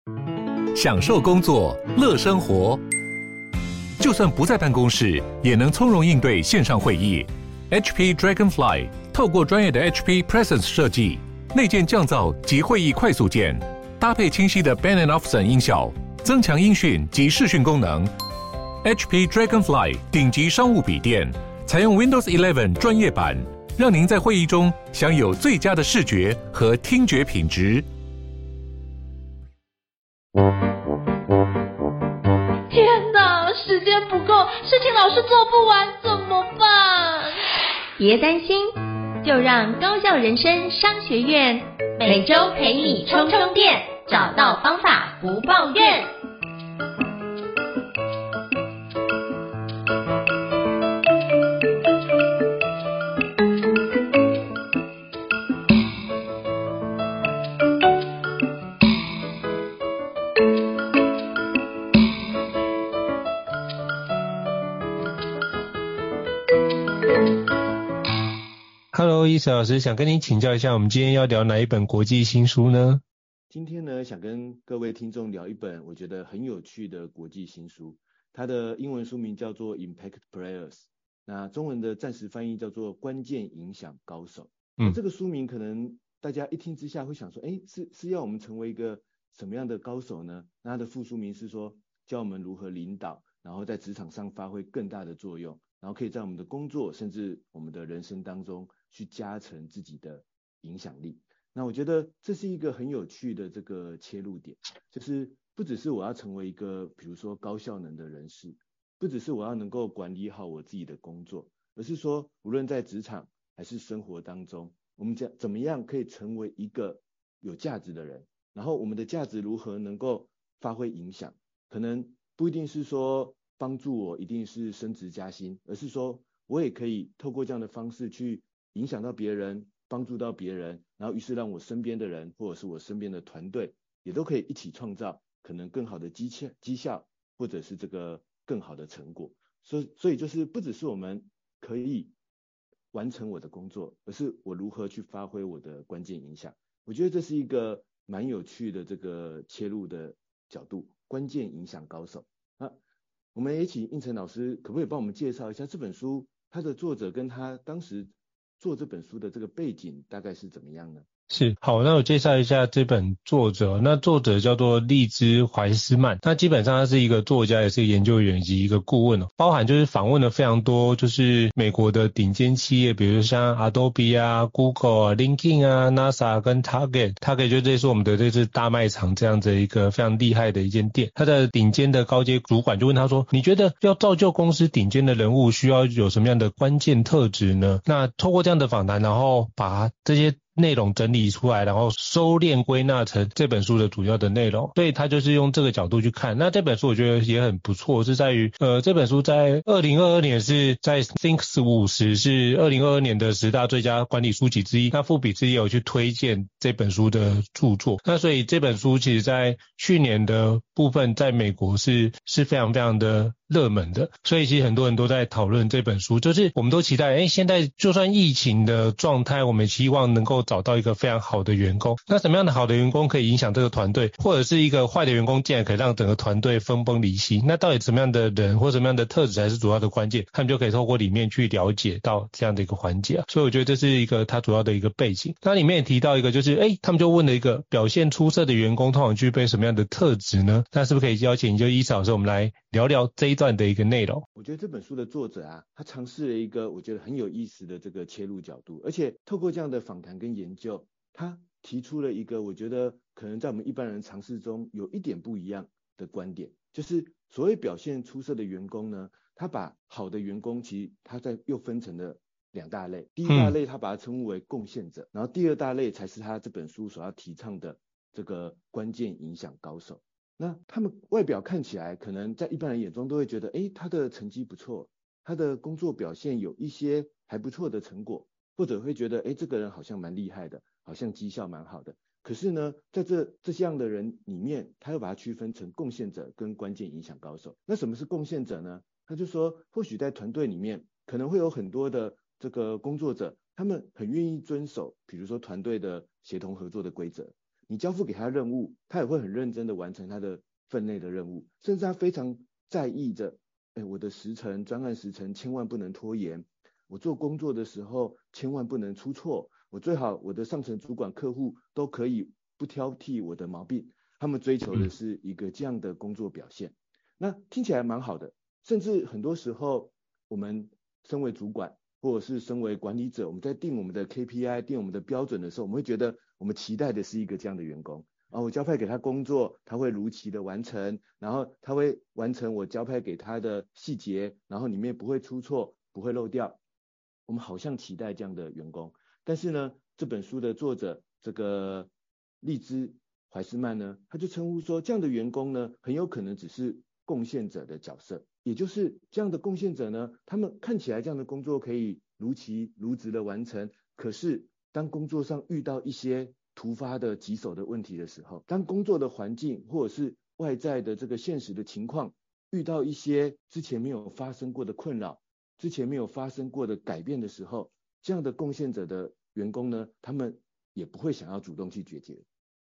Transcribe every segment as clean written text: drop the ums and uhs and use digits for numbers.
享受工作，乐生活。就算不在办公室，也能从容应对线上会议。HP Dragonfly 透过专业的 HP Presence 设计，内建降噪及会议快速键，搭配清晰的 Bang & Olufsen 音效，增强音讯及视讯功能。HP Dragonfly 顶级商务笔电，采用 Windows 11专业版，让您在会议中享有最佳的视觉和听觉品质。 天哪，时间不够，事情老是做不完，怎么办？ 别担心，就让高效人生商学院每周陪你充充电，找到方法不抱怨。 Hello， 伊森老师，想跟你请教一下，我们今天要聊哪一本国际新书呢？ 今天呢，想跟各位听众聊一本我觉得很有趣的国际新书，它的英文书名叫做 Impact Players， 那中文的暂时翻译叫做关键影响高手。那这个书名可能大家一听之下会想说，是要我们成为一个什么样的高手呢？那它的副书名是说教我们如何领导，然后在职场上发挥更大的作用，然后可以在我们的工作甚至我们的人生当中去加成自己的影响力。那我觉得这是一个很有趣的这个切入点，就是不只是我要成为一个比如说高效能的人士，不只是我要能够管理好我自己的工作，而是说无论在职场还是生活当中，我们怎么样可以成为一个有价值的人，然后我们的价值如何能够发挥影响，可能不一定是说帮助我一定是升职加薪，而是说我也可以透过这样的方式去影响到别人，帮助到别人，然后于是让我身边的人或者是我身边的团队也都可以一起创造可能更好的绩效或者是这个更好的成果。所以就是不只是我们可以完成我的工作，而是我如何去发挥我的关键影响。我觉得这是一个蛮有趣的这个切入的角度，关键影响高手。那我们也请应成老师可不可以帮我们介绍一下这本书，它的作者跟他当时做这本书的这个背景大概是怎么样呢？ 是，好，那我介绍一下这本作者。那作者叫做利兹怀斯曼，那基本上他是一个作家，也是一个研究员以及一个顾问，包含就是访问了非常多就是美国的顶尖企业，比如像 Adobe 啊、Google 啊、LinkedIn 啊、NASA 跟 Target 就这是我们的这次大卖场这样子一个非常厉害的一间店。他的顶尖的高阶主管就问他说，你觉得要造就公司顶尖的人物需要有什么样的关键特质呢？那透过这样的访谈，然后把这些内容整理出来，然后收敛归纳成这本书的主要的内容，所以他就是用这个角度去看。那这本书我觉得也很不错，是在于这本书在2022年是在 Think 50是2022年的10大最佳管理书籍之一，那富比士也有去推荐这本书的著作。那所以这本书其实在去年的部分在美国是非常非常的热门的，所以其实很多人都在讨论这本书，就是我们都期待现在就算疫情的状态，我们希望能够找到一个非常好的员工。那什么样的好的员工可以影响这个团队，或者是一个坏的员工竟然可以让整个团队分崩离析，那到底什么样的人或什么样的特质才是主要的关键，他们就可以透过里面去了解到这样的一个环节所以我觉得这是一个他主要的一个背景。那里面也提到一个就是他们就问了一个表现出色的员工通常具备什么样的特质呢？那是不是可以邀请就伊嫂老师我们来聊聊这一段的一个内容？ 我觉得这本书的作者啊，他尝试了一个我觉得很有意思的这个切入角度，而且透过这样的访谈跟研究，他提出了一个我觉得可能在我们一般人尝试中有一点不一样的观点，就是所谓表现出色的员工呢，他把好的员工其实他又分成了2大类，第一大类他把它称呼为贡献者，然后第2大类才是他这本书所要提倡的这个关键影响高手。那他们外表看起来可能在一般人眼中都会觉得他的成绩不错，他的工作表现有一些还不错的成果，或者会觉得这个人好像蛮厉害的，好像绩效蛮好的。可是呢，在这样的人里面，他又把它区分成贡献者跟关键影响高手。那什么是贡献者呢？他就说或许在团队里面可能会有很多的这个工作者，他们很愿意遵守比如说团队的协同合作的规则， 你交付给他任务，他也会很认真的完成他的分内的任务，甚至他非常在意着，我的时程，专案时程千万不能拖延，我做工作的时候千万不能出错，我最好我的上层主管客户都可以不挑剔我的毛病，他们追求的是一个这样的工作表现。那听起来蛮好的，甚至很多时候我们身为主管或者是身为管理者，我们在定我们的 KPI 定我们的标准的时候，我们会觉得我们期待的是一个这样的员工，我交派给他工作，他会如期的完成，然后他会完成我交派给他的细节，然后里面不会出错，不会漏掉，我们好像期待这样的员工。但是呢，这本书的作者这个利兹怀斯曼呢，他就称呼说，这样的员工呢，很有可能只是贡献者的角色，也就是这样的贡献者呢，他们看起来这样的工作可以如期如职的完成，可是当工作上遇到一些突发的棘手的问题的时候，当工作的环境或者是外在的这个现实的情况遇到一些之前没有发生过的困扰，之前没有发生过的改变的时候，这样的贡献者的员工呢，他们也不会想要主动去解决，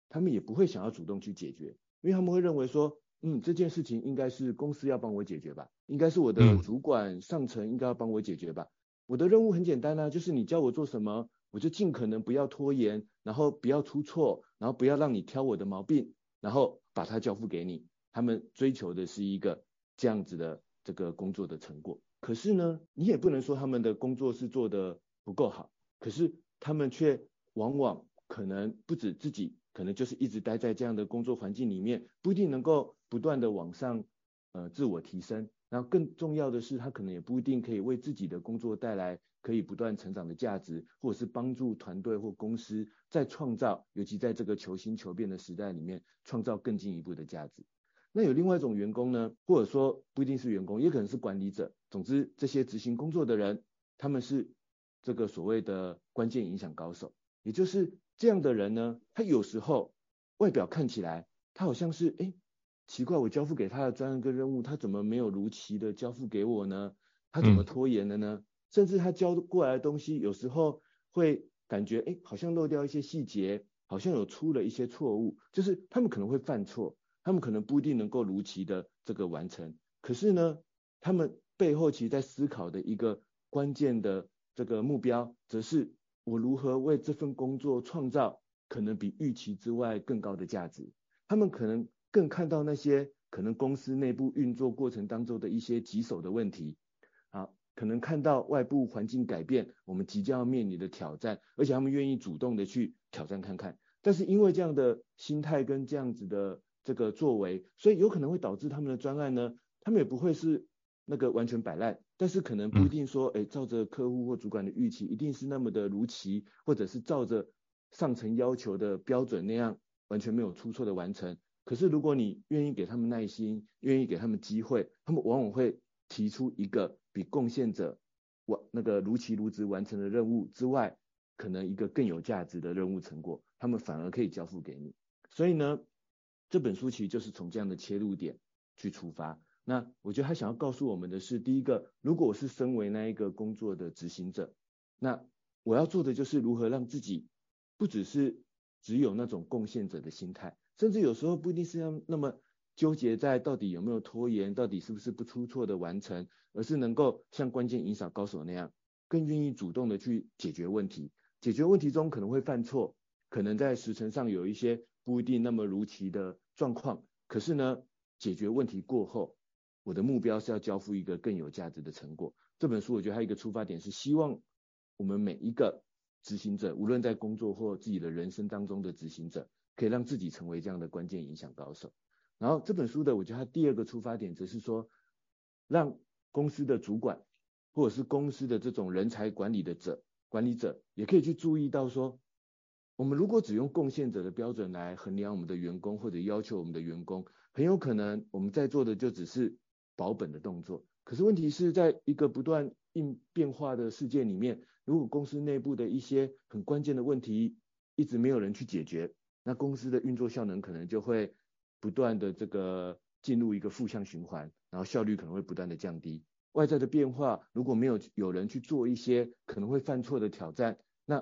因为他们会认为说，这件事情应该是公司要帮我解决吧，应该是我的主管上层应该要帮我解决吧，我的任务很简单啊，就是你叫我做什么，我就尽可能不要拖延，然后不要出错，然后不要让你挑我的毛病，然后把它交付给你。他们追求的是一个这样子的这个工作的成果。可是呢，你也不能说他们的工作是做得不够好，可是他们却往往可能不止自己，可能就是一直待在这样的工作环境里面，不一定能够不断的往上自我提升。然后更重要的是，他可能也不一定可以为自己的工作带来可以不断成长的价值，或者是帮助团队或公司在创造，尤其在这个求新求变的时代里面，创造更进一步的价值。那有另外一种员工呢，或者说不一定是员工，也可能是管理者，总之这些执行工作的人，他们是这个所谓的关键影响高手，也就是这样的人呢，他有时候外表看起来他好像是奇怪，我交付给他的专案跟任务，他怎么没有如期的交付给我呢？他怎么拖延了呢？甚至他交过来的东西，有时候会感觉好像漏掉一些细节，好像有出了一些错误，就是他们可能会犯错，他们可能不一定能够如期的这个完成。可是呢，他们背后其实在思考的一个关键的这个目标，则是我如何为这份工作创造可能比预期之外更高的价值。他们可能更看到那些可能公司内部运作过程当中的一些棘手的问题，可能看到外部环境改变，我们即将要面临的挑战，而且他们愿意主动的去挑战看看。但是因为这样的心态跟这样子的这个作为，所以有可能会导致他们的专案呢，他们也不会是那个完全摆烂，但是可能不一定说照着客户或主管的预期一定是那么的如期，或者是照着上层要求的标准那样完全没有出错的完成。可是如果你愿意给他们耐心，愿意给他们机会，他们往往会提出一个比贡献者那个如期如职完成的任务之外，可能一个更有价值的任务成果，他们反而可以交付给你。所以呢，这本书其实就是从这样的切入点去出发。那我觉得他想要告诉我们的是，第一个，如果我是身为那一个工作的执行者，那我要做的就是如何让自己不只有那种贡献者的心态，甚至有时候不一定是要那么纠结在到底有没有拖延，到底是不是不出错的完成，而是能够像关键影响高手那样，更愿意主动的去解决问题。解决问题中可能会犯错，可能在时程上有一些不一定那么如期的状况，可是呢，解决问题过后，我的目标是要交付一个更有价值的成果。这本书我觉得还有一个出发点是希望我们每一个执行者，无论在工作或自己的人生当中的执行者，可以让自己成为这样的关键影响高手。然后这本书的我觉得它第二个出发点则是说，让公司的主管或者是公司的这种人才管理者也可以去注意到说，我们如果只用贡献者的标准来衡量我们的员工或者要求我们的员工，很有可能我们在做的就只是保本的动作。可是问题是在一个不断变化的世界里面，如果公司内部的一些很关键的问题一直没有人去解决，那公司的运作效能可能就会不断的这个进入一个负向循环，然后效率可能会不断的降低。外在的变化如果没有人去做一些可能会犯错的挑战，那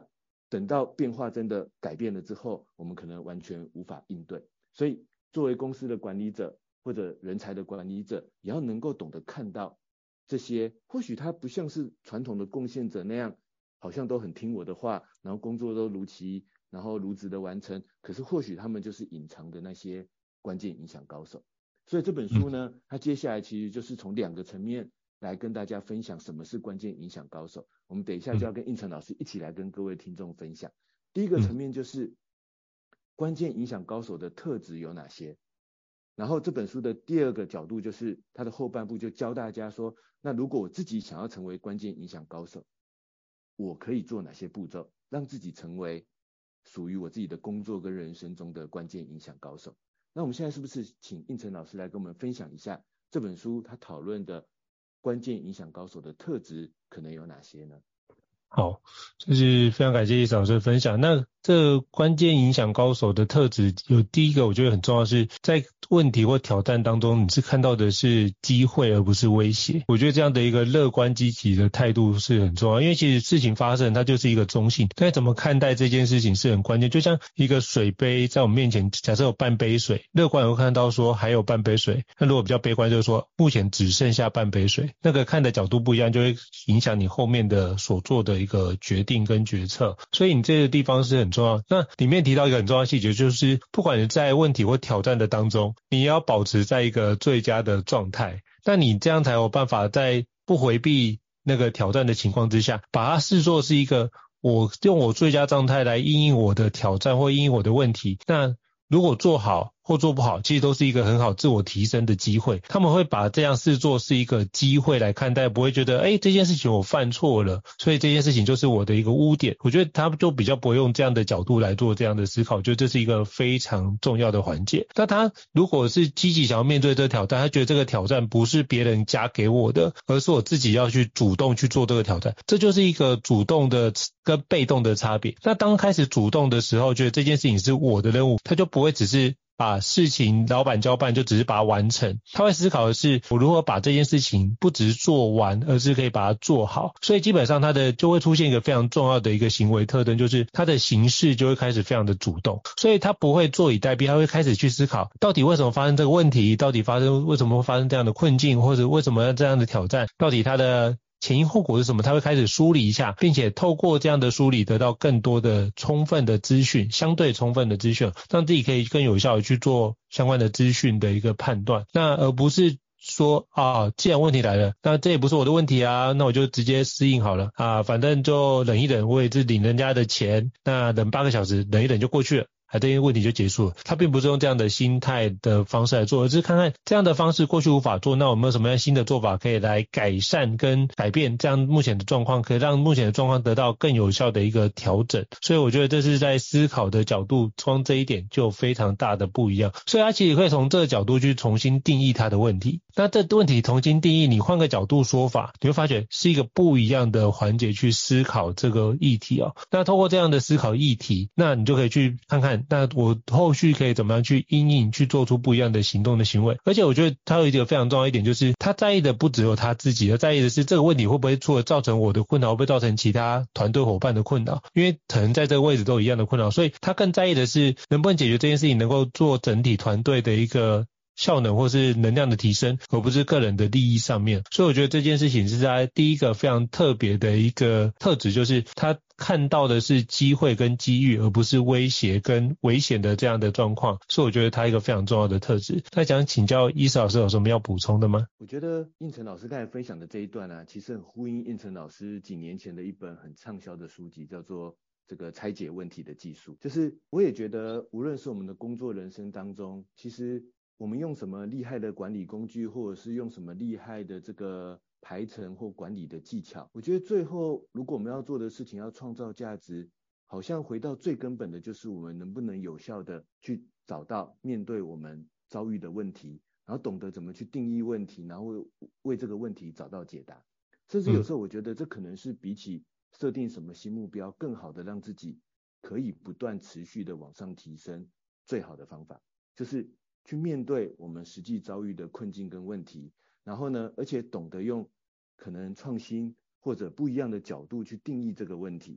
等到变化真的改变了之后，我们可能完全无法应对。所以作为公司的管理者或者人才的管理者，也要能够懂得看到这些，或许他不像是传统的贡献者那样，好像都很听我的话，然后工作都如期，然后如职的完成，可是或许他们就是隐藏的那些关键影响高手。所以这本书呢，它接下来其实就是从2个层面来跟大家分享什么是关键影响高手。我们等一下就要跟应成老师一起来跟各位听众分享。第一个层面就是关键影响高手的特质有哪些，然后这本书的第2个角度就是它的后半部就教大家说，那如果我自己想要成为关键影响高手，我可以做哪些步骤让自己成为属于我自己的工作跟人生中的关键影响高手。那我们现在是不是请应成老师来跟我们分享一下这本书他讨论的关键影响高手的特质可能有哪些呢？ 好，就是非常感谢易老师的分享。那这关键影响高手的特质有第一个我觉得很重要，是在问题或挑战当中，你是看到的是机会而不是威胁。我觉得这样的一个乐观积极的态度是很重要，因为其实事情发生它就是一个中性，但怎么看待这件事情是很关键。就像一个水杯在我们面前，假设有半杯水，乐观会看到说还有半杯水，那如果比较悲观就是说目前只剩下半杯水，那个看的角度不一样，就会影响你后面的所做的一个决定跟决策。所以你这个地方是很重要。那里面提到一个很重要的细节，就是不管你在问题或挑战的当中，你要保持在一个最佳的状态，那你这样才有办法在不回避那个挑战的情况之下，把它视作是一个我用我最佳状态来因应我的挑战或因应我的问题。那如果做好或做不好，其实都是一个很好自我提升的机会。他们会把这样视作是一个机会来看待，不会觉得这件事情我犯错了，所以这件事情就是我的一个污点。我觉得他们就比较不会用这样的角度来做这样的思考，我觉得这是一个非常重要的环节。那他如果是积极想要面对这个挑战，他觉得这个挑战不是别人加给我的，而是我自己要去主动去做这个挑战，这就是一个主动的跟被动的差别。那当开始主动的时候，觉得这件事情是我的任务，他就不会只是把事情老板交办就只是把它完成，他会思考的是我如何把这件事情不只是做完，而是可以把它做好。所以基本上他的就会出现一个非常重要的一个行为特征，就是他的行事就会开始非常的主动，所以他不会坐以待毙，他会开始去思考到底为什么发生这个问题，到底为什么会发生这样的困境，或者为什么要这样的挑战，到底他的前因后果是什么，他会开始梳理一下，并且透过这样的梳理得到更多的充分的资讯，相对充分的资讯，让自己可以更有效的去做相关的资讯的一个判断。那而不是说既然问题来了，那这也不是我的问题啊，那我就直接适应好了反正就忍一忍，我也是领人家的钱，那忍8个小时，忍一忍就过去了。这些问题就结束了。他并不是用这样的心态的方式来做，而是看看这样的方式过去无法做，那有没有什么样新的做法可以来改善跟改变这样目前的状况，可以让目前的状况得到更有效的一个调整。所以我觉得这是在思考的角度，光这一点就有非常大的不一样。所以他其实可以从这个角度去重新定义他的问题。那这问题重新定义，你换个角度说法，你会发觉是一个不一样的环节去思考这个议题那透过这样的思考议题，那你就可以去看看，那我后续可以怎么样去因应，去做出不一样的行动的行为。而且我觉得他有一个非常重要一点，就是他在意的不只有他自己，而在意的是这个问题会不会除了造成我的困扰，会不会造成其他团队伙伴的困扰，因为可能在这个位置都有一样的困扰，所以他更在意的是能不能解决这件事情，能够做整体团队的一个效能或是能量的提升，而不是个人的利益上面。所以我觉得这件事情是在第一个非常特别的一个特质，就是他看到的是机会跟机遇，而不是威胁跟危险的这样的状况。所以我觉得他一个非常重要的特质。那想请教伊斯老师有什么要补充的吗？ 我觉得应成老师刚才分享的这一段其实很呼应应成老师几年前的一本很畅销的书籍，叫做这个拆解问题的技术。就是我也觉得无论是我们的工作人生当中，其实我们用什么厉害的管理工具，或者是用什么厉害的这个排程或管理的技巧，我觉得最后如果我们要做的事情要创造价值，好像回到最根本的就是我们能不能有效的去找到面对我们遭遇的问题，然后懂得怎么去定义问题，然后为这个问题找到解答。甚至有时候我觉得这可能是比起设定什么新目标，更好的让自己可以不断持续的往上提升最好的方法，就是去面对我们实际遭遇的困境跟问题，然后呢，而且懂得用可能创新或者不一样的角度去定义这个问题，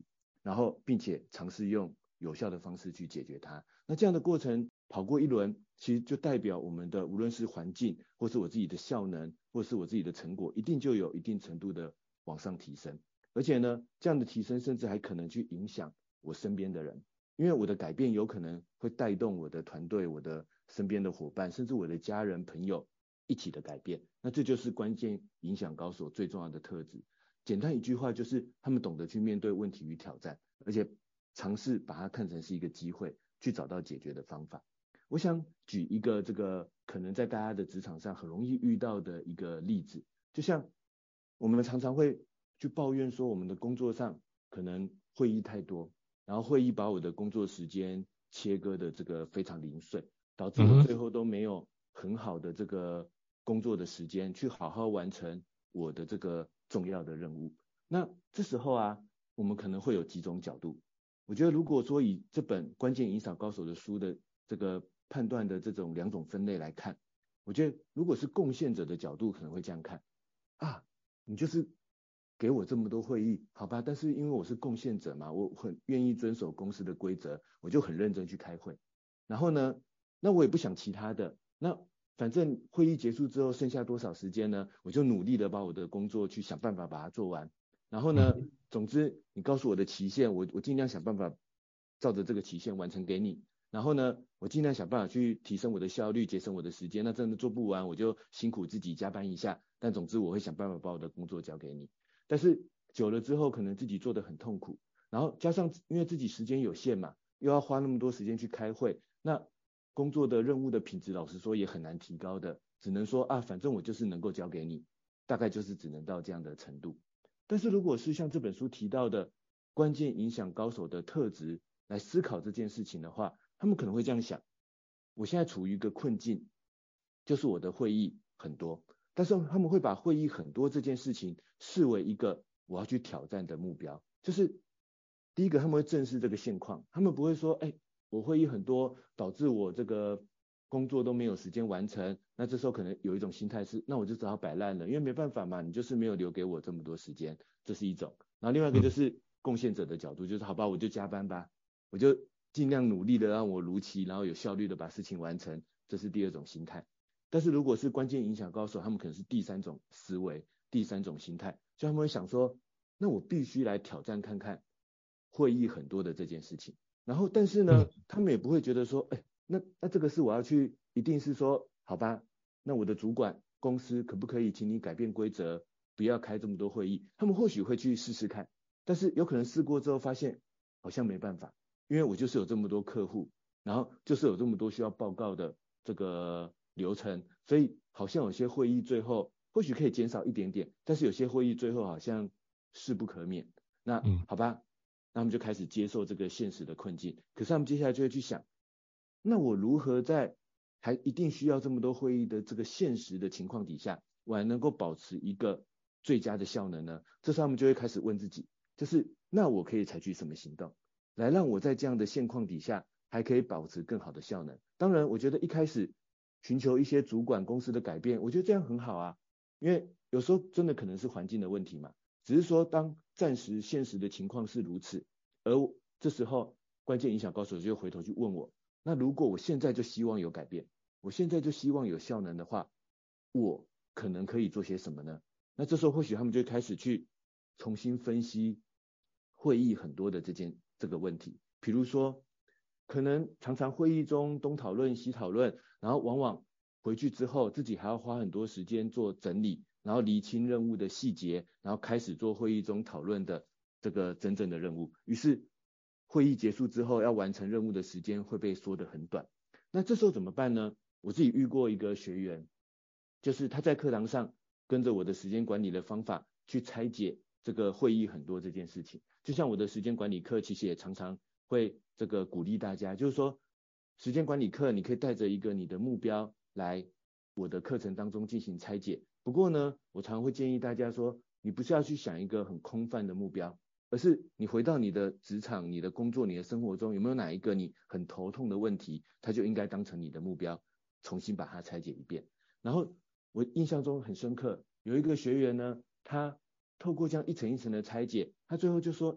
然后并且尝试用有效的方式去解决它。那这样的过程跑过一轮，其实就代表我们的无论是环境，或是我自己的效能，或是我自己的成果，一定就有一定程度的往上提升。而且呢，这样的提升甚至还可能去影响我身边的人，因为我的改变有可能会带动我的团队、我的身边的伙伴，甚至我的家人朋友一起的改变。那这就是关键影响高手最重要的特质。简单一句话就是他们懂得去面对问题与挑战，而且尝试把它看成是一个机会，去找到解决的方法。我想举一个这个可能在大家的职场上很容易遇到的一个例子，就像我们常常会去抱怨说我们的工作上可能会议太多，然后会议把我的工作时间切割的这个非常零碎，导致我最后都没有很好的这个工作的时间去好好完成我的这个重要的任务。那这时候啊，我们可能会有几种角度。我觉得如果说以这本《关键影响高手》的书的这个判断的这种2种分类来看，我觉得如果是贡献者的角度可能会这样看啊，你就是给我这么多会议，好吧，但是因为我是贡献者嘛，我很愿意遵守公司的规则，我就很认真去开会。然后呢，那我也不想其他的，那反正会议结束之后剩下多少时间呢，我就努力的把我的工作去想办法把它做完。然后呢，总之你告诉我的期限，我尽量想办法照着这个期限完成给你。然后呢，我尽量想办法去提升我的效率，节省我的时间。那真的做不完，我就辛苦自己加班一下。但总之我会想办法把我的工作交给你。但是久了之后，可能自己做得很痛苦，然后加上因为自己时间有限嘛，又要花那么多时间去开会，那工作的任务的品质，老实说也很难提高的。只能说啊，反正我就是能够交给你，大概就是只能到这样的程度。但是如果是像这本书提到的关键影响高手的特质来思考这件事情的话，他们可能会这样想：我现在处于一个困境，就是我的会议很多，但是他们会把会议很多这件事情视为一个我要去挑战的目标。就是第一个，他们会正视这个现况，他们不会说，我会议很多，导致我这个工作都没有时间完成。那这时候可能有一种心态是，那我就只好摆烂了，因为没办法嘛，你就是没有留给我这么多时间，这是一种。然后另外一个就是贡献者的角度，就是好吧，我就加班吧，我就尽量努力的让我如期，然后有效率的把事情完成，这是第2种心态。但是如果是关键影响高手，他们可能是第3种思维，第3种心态，所以他们会想说，那我必须来挑战看看会议很多的这件事情。然后但是呢，他们也不会觉得说，那这个是我要去，一定是说，好吧，那我的主管公司可不可以请你改变规则，不要开这么多会议？他们或许会去试试看，但是有可能试过之后发现好像没办法，因为我就是有这么多客户，然后就是有这么多需要报告的这个流程，所以好像有些会议最后或许可以减少一点点，但是有些会议最后好像势不可免。那好吧，那他们就开始接受这个现实的困境。可是他们接下来就会去想，那我如何在还一定需要这么多会议的这个现实的情况底下，我还能够保持一个最佳的效能呢？这时候他们就会开始问自己，就是那我可以采取什么行动，来让我在这样的现况底下还可以保持更好的效能？当然我觉得一开始寻求一些主管公司的改变，我觉得这样很好啊，因为有时候真的可能是环境的问题嘛，只是说当暂时现实的情况是如此，而这时候关键影响高手就回头去问我，那如果我现在就希望有改变，我现在就希望有效能的话，我可能可以做些什么呢？那这时候或许他们就开始去重新分析会议很多的这个问题。比如说可能常常会议中东讨论西讨论，然后往往回去之后自己还要花很多时间做整理，然后厘清任务的细节，然后开始做会议中讨论的这个真正的任务。于是会议结束之后要完成任务的时间会被缩得很短。那这时候怎么办呢？我自己遇过一个学员，就是他在课堂上跟着我的时间管理的方法去拆解这个会议很多这件事情。就像我的时间管理课其实也常常会这个鼓励大家，就是说时间管理课你可以带着一个你的目标来我的课程当中进行拆解。不过呢，我常常会建议大家说，你不是要去想一个很空泛的目标，而是你回到你的职场、你的工作、你的生活中，有没有哪一个你很头痛的问题，它就应该当成你的目标，重新把它拆解一遍。然后我印象中很深刻，有一个学员呢，他透过这样一层一层的拆解，他最后就说，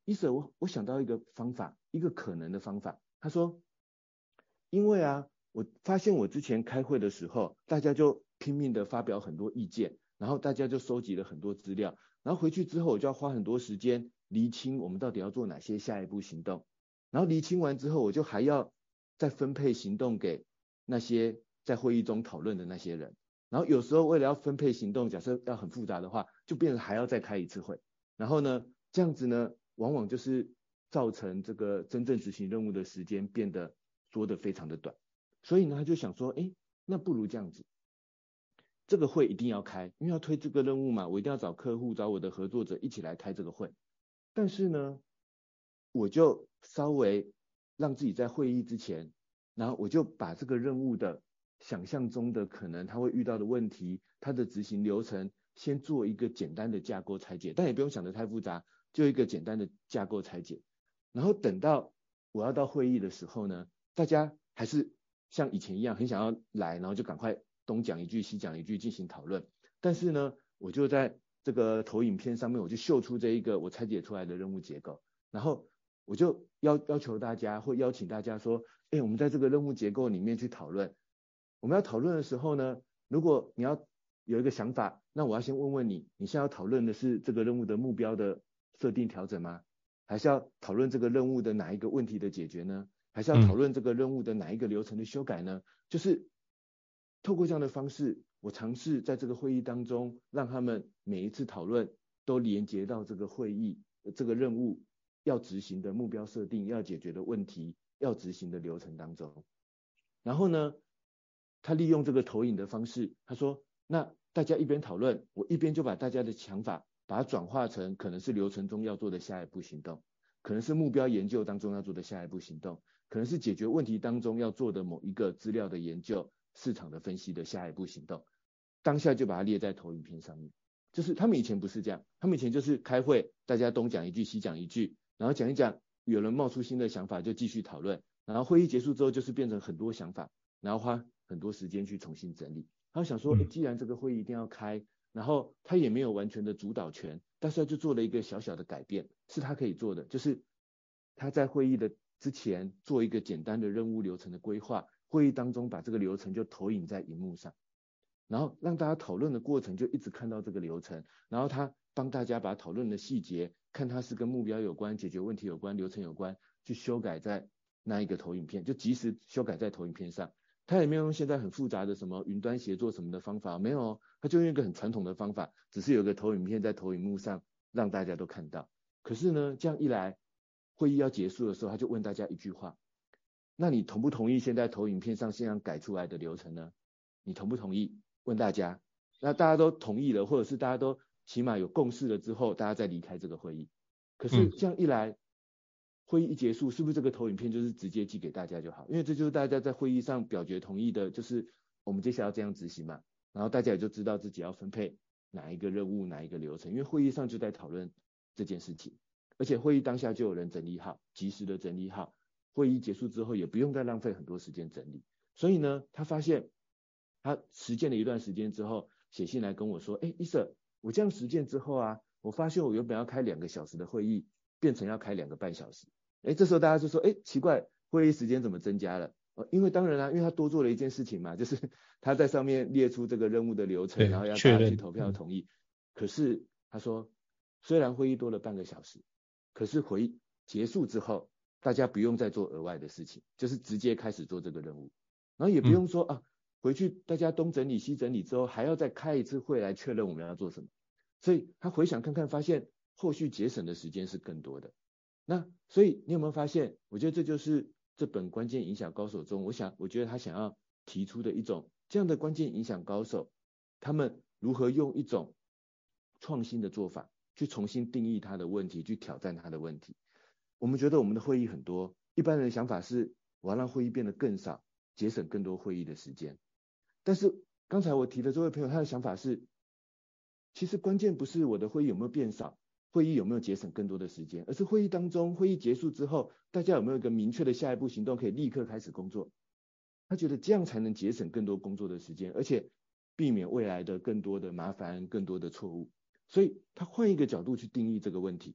伊舍，我想到一个方法，一个可能的方法。他说，因为啊，我发现我之前开会的时候，大家就拼命的发表很多意见，然后大家就收集了很多资料，然后回去之后我就要花很多时间厘清我们到底要做哪些下一步行动，然后厘清完之后，我就还要再分配行动给那些在会议中讨论的那些人，然后有时候为了要分配行动，假设要很复杂的话，就变成还要再开一次会，然后呢，这样子呢，往往就是造成这个真正执行任务的时间变得缩得非常的短。所以呢，他就想说，那不如这样子，这个会一定要开，因为要推这个任务嘛，我一定要找客户、找我的合作者一起来开这个会。但是呢，我就稍微让自己在会议之前，然后我就把这个任务的想象中的可能他会遇到的问题，它的执行流程，先做一个简单的架构拆解，但也不用想得太复杂，就一个简单的架构拆解。然后等到我要到会议的时候呢，大家还是像以前一样很想要来，然后就赶快东讲一句西讲一句进行讨论。但是呢，我就在这个投影片上面，我就秀出这一个我拆解出来的任务结构，然后我就要求大家或邀请大家说，我们在这个任务结构里面去讨论。我们要讨论的时候呢，如果你要有一个想法，那我要先问问你，你现在要讨论的是这个任务的目标的设定调整吗？还是要讨论这个任务的哪一个问题的解决呢？还是要讨论这个任务的哪一个流程的修改呢？就是透过这样的方式，我尝试在这个会议当中，让他们每一次讨论都连接到这个会议这个任务要执行的目标设定、要解决的问题、要执行的流程当中。然后呢，他利用这个投影的方式，他说，那大家一边讨论，我一边就把大家的想法把它转化成可能是流程中要做的下一步行动，可能是目标研究当中要做的下一步行动，可能是解决问题当中要做的某一个资料的研究、市场的分析的下一步行动，当下就把它列在投影片上面。就是他们以前不是这样，他们以前就是开会，大家东讲一句西讲一句，然后讲一讲，有人冒出新的想法就继续讨论，然后会议结束之后就是变成很多想法，然后花很多时间去重新整理。他想说，既然这个会议一定要开，然后他也没有完全的主导权，但是他就做了一个小小的改变，是他可以做的，就是他在会议的之前做一个简单的任务流程的规划，会议当中把这个流程就投影在荧幕上，然后让大家讨论的过程就一直看到这个流程，然后他帮大家把讨论的细节，看它是跟目标有关、解决问题有关、流程有关，去修改在那一个投影片，就及时修改在投影片上。他也没有用现在很复杂的什么云端协作什么的方法，没有，他就用一个很传统的方法，只是有个投影片在投影幕上让大家都看到。可是呢，这样一来，会议要结束的时候，他就问大家一句话，那你同不同意现在投影片上现在改出来的流程呢？你同不同意？问大家，那大家都同意了，或者是大家都起码有共识了之后，大家再离开这个会议。可是这样一来，会议一结束，是不是这个投影片就是直接寄给大家就好？因为这就是大家在会议上表决同意的，就是我们接下来要这样执行嘛，然后大家也就知道自己要分配哪一个任务、哪一个流程，因为会议上就在讨论这件事情，而且会议当下就有人整理好，及时的整理好，会议结束之后也不用再浪费很多时间整理。所以呢，他发现他实践了一段时间之后，写信来跟我说，伊舍，我这样实践之后啊，我发现我原本要开2个小时的会议，变成要开2个半小时。这时候大家就说，奇怪，会议时间怎么增加了？因为当然啦，因为他多做了一件事情嘛，就是他在上面列出这个任务的流程，然后要大家去投票同意。可是他说，虽然会议多了半个小时，可是会议结束之后，大家不用再做额外的事情，就是直接开始做这个任务，然后也不用说回去大家东整理西整理之后，还要再开一次会来确认我们要做什么。所以他回想看看，发现后续节省的时间是更多的。那所以你有没有发现，我觉得这就是这本关键影响高手中，我觉得他想要提出的一种这样的关键影响高手，他们如何用一种创新的做法去重新定义他的问题，去挑战他的问题。我们觉得我们的会议很多，一般人的想法是我要让会议变得更少，节省更多会议的时间。但是刚才我提的这位朋友，他的想法是，其实关键不是我的会议有没有变少，会议有没有节省更多的时间，而是会议当中，会议结束之后，大家有没有一个明确的下一步行动，可以立刻开始工作。他觉得这样才能节省更多工作的时间，而且避免未来的更多的麻烦、更多的错误。所以他换一个角度去定义这个问题，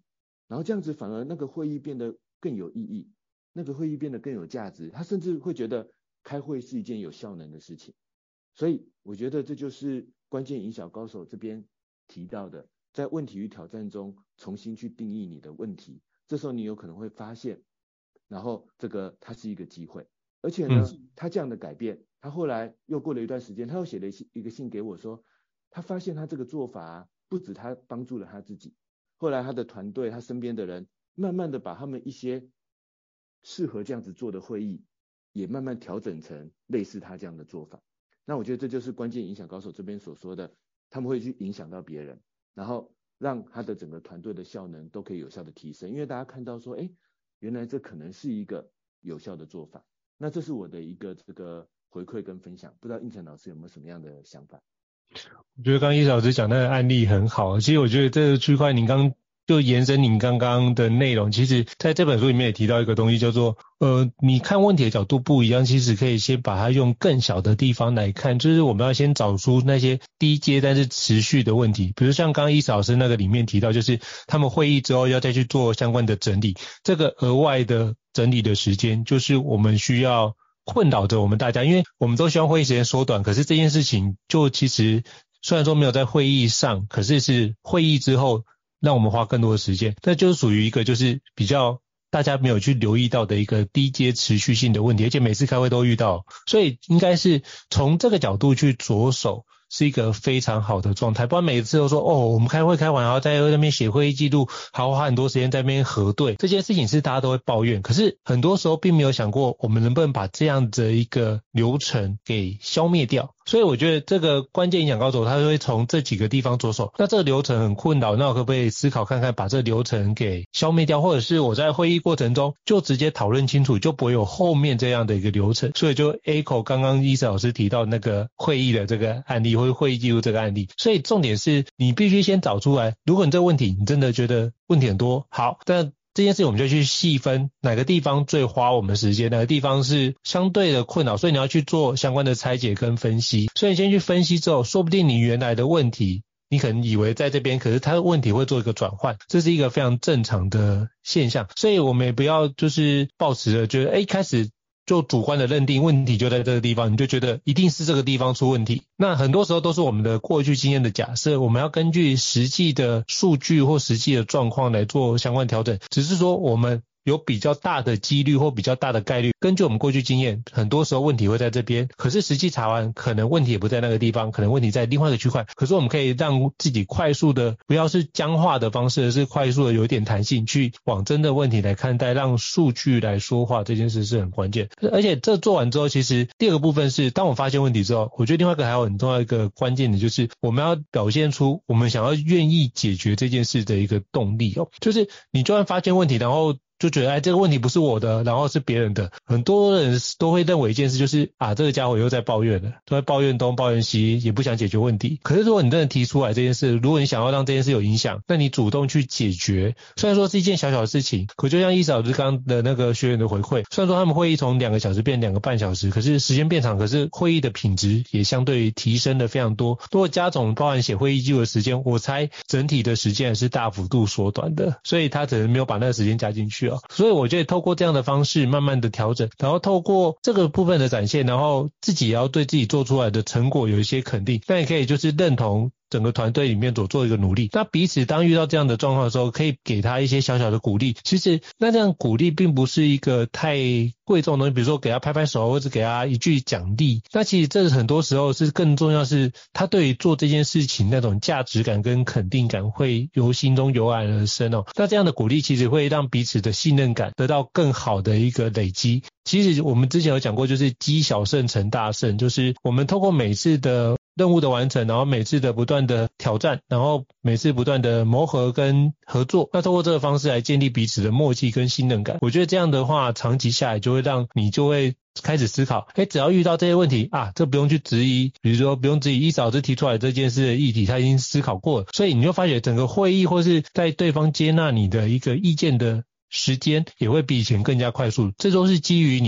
然后这样子反而那个会议变得更有意义，那个会议变得更有价值，他甚至会觉得开会是一件有效能的事情。所以我觉得这就是关键营小高手这边提到的，在问题与挑战中重新去定义你的问题，这时候你有可能会发现，然后这个它是一个机会。而且呢，他这样的改变，他后来又过了一段时间，他又写了一个信给我说，他发现他这个做法不止他帮助了他自己，后来他的团队，他身边的人慢慢的把他们一些适合这样子做的会议也慢慢调整成类似他这样的做法。那我觉得这就是关键影响高手这边所说的，他们会去影响到别人，然后让他的整个团队的效能都可以有效的提升，因为大家看到说，原来这可能是一个有效的做法。那这是我的一个这个回馈跟分享，不知道胤丞老师有没有什么样的想法？ 我觉得刚刚伊老师讲那个案例很好，其实我觉得这个区块你刚就延伸你刚刚的内容，其实在这本书里面也提到一个东西叫做你看问题的角度不一样，其实可以先把它用更小的地方来看，就是我们要先找出那些低阶但是持续的问题，比如像刚刚伊老师那个里面提到，就是他们会议之后要再去做相关的整理，这个额外的整理的时间就是我们需要困扰着我们大家，因为我们都希望会议时间缩短，可是这件事情就其实虽然说没有在会议上，可是是会议之后让我们花更多的时间，那就是属于一个就是比较大家没有去留意到的一个低阶持续性的问题，而且每次开会都遇到，所以应该是从这个角度去着手是一个非常好的状态，不然每次都说我们开会开完然后在那边写会议记录，还要花很多时间在那边核对，这件事情是大家都会抱怨，可是很多时候并没有想过我们能不能把这样的一个流程给消灭掉。所以我觉得这个关键影响高手他会从这几个地方着手，那这个流程很困扰，那我可不可以思考看看把这个流程给消灭掉，或者是我在会议过程中就直接讨论清楚，就不会有后面这样的一个流程。所以就 echo 刚刚伊老师提到那个会议的这个案例或者会议记录这个案例，所以重点是你必须先找出来，如果你这个问题你真的觉得问题很多，好，但这件事我们就去细分哪个地方最花我们时间，哪个地方是相对的困扰，所以你要去做相关的拆解跟分析。所以你先去分析之后，说不定你原来的问题你可能以为在这边，可是它的问题会做一个转换，这是一个非常正常的现象。所以我们也不要就是抱持着觉得一开始就主观的认定问题就在这个地方，你就觉得一定是这个地方出问题，那很多时候都是我们的过去经验的假设，我们要根据实际的数据或实际的状况来做相关调整，只是说我们有比较大的几率或比较大的概率，根据我们过去经验，很多时候问题会在这边，可是实际查完可能问题也不在那个地方，可能问题在另外一个区块，可是我们可以让自己快速的不要是僵化的方式，而是快速的有一点弹性去往真的问题来看待，让数据来说话，这件事是很关键。而且这做完之后，其实第二个部分是当我发现问题之后，我觉得另外一个还有很重要一个关键的就是我们要表现出我们想要愿意解决这件事的一个动力就是你就算发现问题然后就觉得这个问题不是我的，然后是别人的，很多人都会认为一件事就是这个家伙又在抱怨了，都在抱怨东抱怨西，也不想解决问题。可是如果你真的提出来这件事，如果你想要让这件事有影响，那你主动去解决，虽然说是一件小小的事情，可就像伊老师刚刚的那个学员的回馈，虽然说他们会议从2个小时变2个半小时，可是时间变长，可是会议的品质也相对提升了非常多。如果加总包含写会议记录的时间，我猜整体的时间是大幅度缩短的，所以他可能没有把那个时间加进去所以我觉得透过这样的方式慢慢的调整，然后透过这个部分的展现，然后自己也要对自己做出来的成果有一些肯定，那也可以就是认同整个团队里面所做一个努力，那彼此当遇到这样的状况的时候，可以给他一些小小的鼓励。其实那这样鼓励并不是一个太贵重的东西，比如说给他拍拍手或者给他一句奖励，那其实这很多时候是更重要是他对于做这件事情那种价值感跟肯定感会由心中油然而生那这样的鼓励其实会让彼此的信任感得到更好的一个累积。其实我们之前有讲过，就是积小胜成大胜，就是我们透过每次的任务的完成，然后每次的不断的挑战，然后每次不断的磨合跟合作，那透过这个方式来建立彼此的默契跟信任感。我觉得这样的话长期下来就会让你就会开始思考只要遇到这些问题这不用去质疑，比如说不用质疑伊老师提出来这件事的议题，他已经思考过了，所以你就发觉整个会议或是在对方接纳你的一个意见的时间也会比以前更加快速，这都是基于你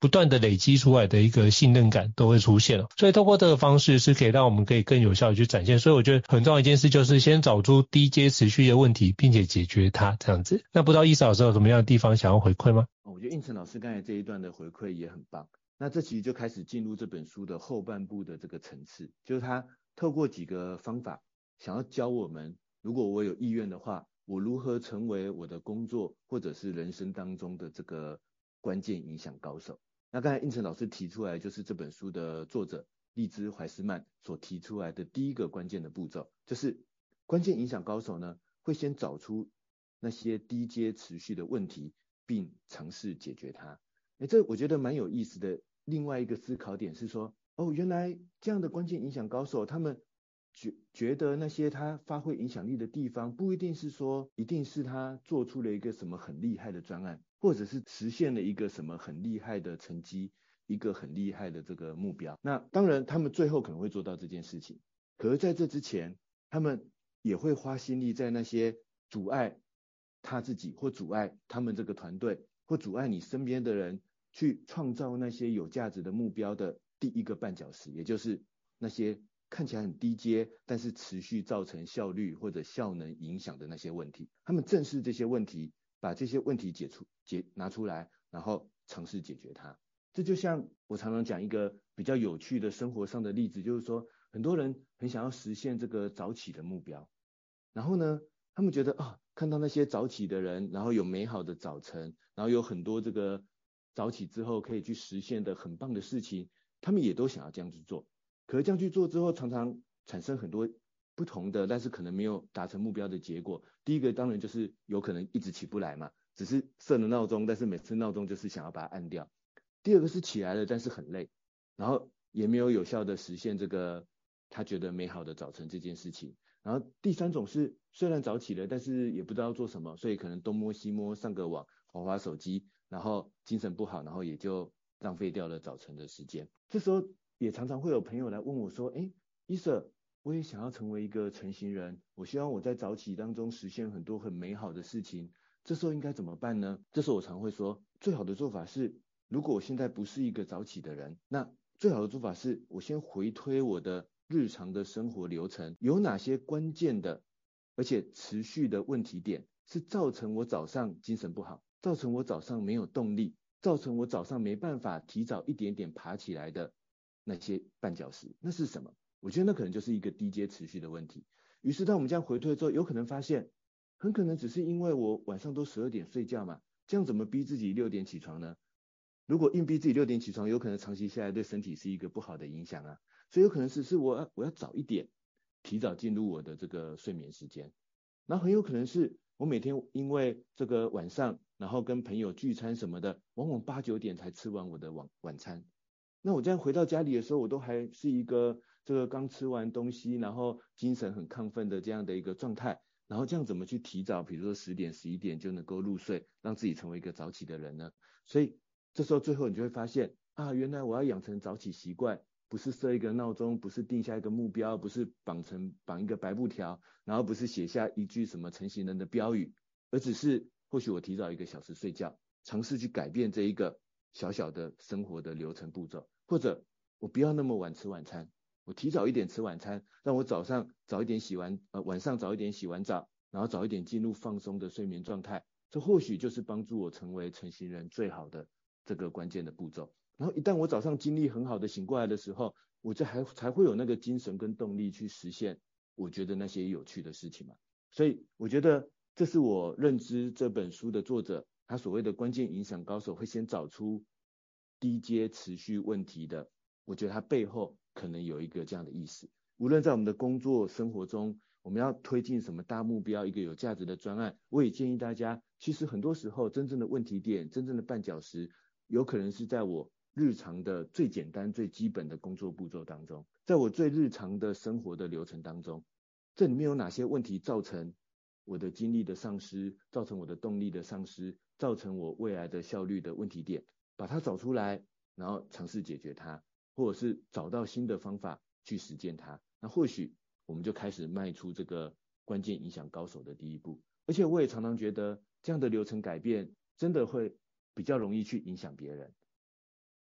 不断的累积出来的一个信任感都会出现了。所以透过这个方式是可以让我们可以更有效的去展现。所以我觉得很重要一件事就是先找出低阶持续的问题，并且解决它这样子。那不知道伊嫂老师有什么样的地方想要回馈吗？ 我觉得应成老师刚才这一段的回馈也很棒。那这其实就开始进入这本书的后半部的这个层次，就是他透过几个方法想要教我们，如果我有意愿的话，我如何成为我的工作或者是人生当中的这个关键影响高手。那刚才应成老师提出来，就是这本书的作者利兹怀斯曼所提出来的第一个关键的步骤，就是关键影响高手呢会先找出那些低阶持续的问题，并尝试解决它。这我觉得蛮有意思的。另外一个思考点是说，原来这样的关键影响高手，他们觉得那些他发挥影响力的地方，不一定是说一定是他做出了一个什么很厉害的专案，或者是实现了一个什么很厉害的成绩，一个很厉害的这个目标。那当然他们最后可能会做到这件事情，可是在这之前，他们也会花心力在那些阻碍他自己或阻碍他们这个团队或阻碍你身边的人去创造那些有价值的目标的第一个绊脚石，也就是那些看起来很低阶，但是持续造成效率或者效能影响的那些问题。他们正视这些问题，把这些问题拿出来，然后尝试解决它。这就像我常常讲一个比较有趣的生活上的例子，就是说很多人很想要实现这个早起的目标，然后呢，他们觉得看到那些早起的人，然后有美好的早晨，然后有很多这个早起之后可以去实现的很棒的事情，他们也都想要这样去做。可是这样去做之后，常常产生很多不同的，但是可能没有达成目标的结果。第一个当然就是有可能一直起不来嘛，只是设了闹钟，但是每次闹钟就是想要把它按掉。第二个是起来了，但是很累，然后也没有有效的实现这个他觉得美好的早晨这件事情。然后第三种是虽然早起了，但是也不知道做什么，所以可能东摸西摸，上个网，滑手机，然后精神不好，然后也就浪费掉了早晨的时间。这时候也常常会有朋友来问我说，伊瑟，我也想要成为一个晨型人，我希望我在早起当中实现很多很美好的事情，这时候应该怎么办呢？这时候我常会说，最好的做法是，如果我现在不是一个早起的人，那最好的做法是我先回推我的日常的生活流程，有哪些关键的而且持续的问题点是造成我早上精神不好，造成我早上没有动力，造成我早上没办法提早一点点爬起来的那些绊脚石，那是什么？我觉得那可能就是一个低阶持续的问题。于是当我们这样回推之后，有可能发现很可能只是因为我晚上都12点睡觉嘛，这样怎么逼自己6点起床呢？如果硬逼自己6点起床，有可能长期下来对身体是一个不好的影响啊。所以有可能是我要早一点提早进入我的这个睡眠时间，然后很有可能是我每天因为这个晚上然后跟朋友聚餐什么的，往往8、9点才吃完我的晚餐。那我这样回到家里的时候，我都还是一个这个刚吃完东西，然后精神很亢奋的这样的一个状态，然后这样怎么去提早，比如说10点、11点就能够入睡，让自己成为一个早起的人呢？所以这时候最后你就会发现原来我要养成早起习惯，不是设一个闹钟，不是定下一个目标，不是绑一个白布条，然后不是写下一句什么晨型人的标语，而只是或许我提早1个小时睡觉，尝试去改变这一个小小的生活的流程步骤，或者我不要那么晚吃晚餐，我提早一点吃晚餐，让我早上早一点晚上早一点洗完澡，然后早一点进入放松的睡眠状态，这或许就是帮助我成为晨型人最好的这个关键的步骤。然后一旦我早上精力很好的醒过来的时候，我才会有那个精神跟动力去实现我觉得那些有趣的事情嘛。所以我觉得这是我认知这本书的作者他所谓的关键影响高手会先找出低阶持续问题的，我觉得他背后可能有一个这样的意思。无论在我们的工作生活中，我们要推进什么大目标，一个有价值的专案，我也建议大家，其实很多时候真正的问题点，真正的绊脚石，有可能是在我日常的最简单最基本的工作步骤当中，在我最日常的生活的流程当中，这里面有哪些问题造成我的精力的丧失，造成我的动力的丧失，造成我未来的效率的问题点，把它找出来，然后尝试解决它，或者是找到新的方法去实践它，那或许我们就开始迈出这个关键影响高手的第一步。而且我也常常觉得这样的流程改变真的会比较容易去影响别人。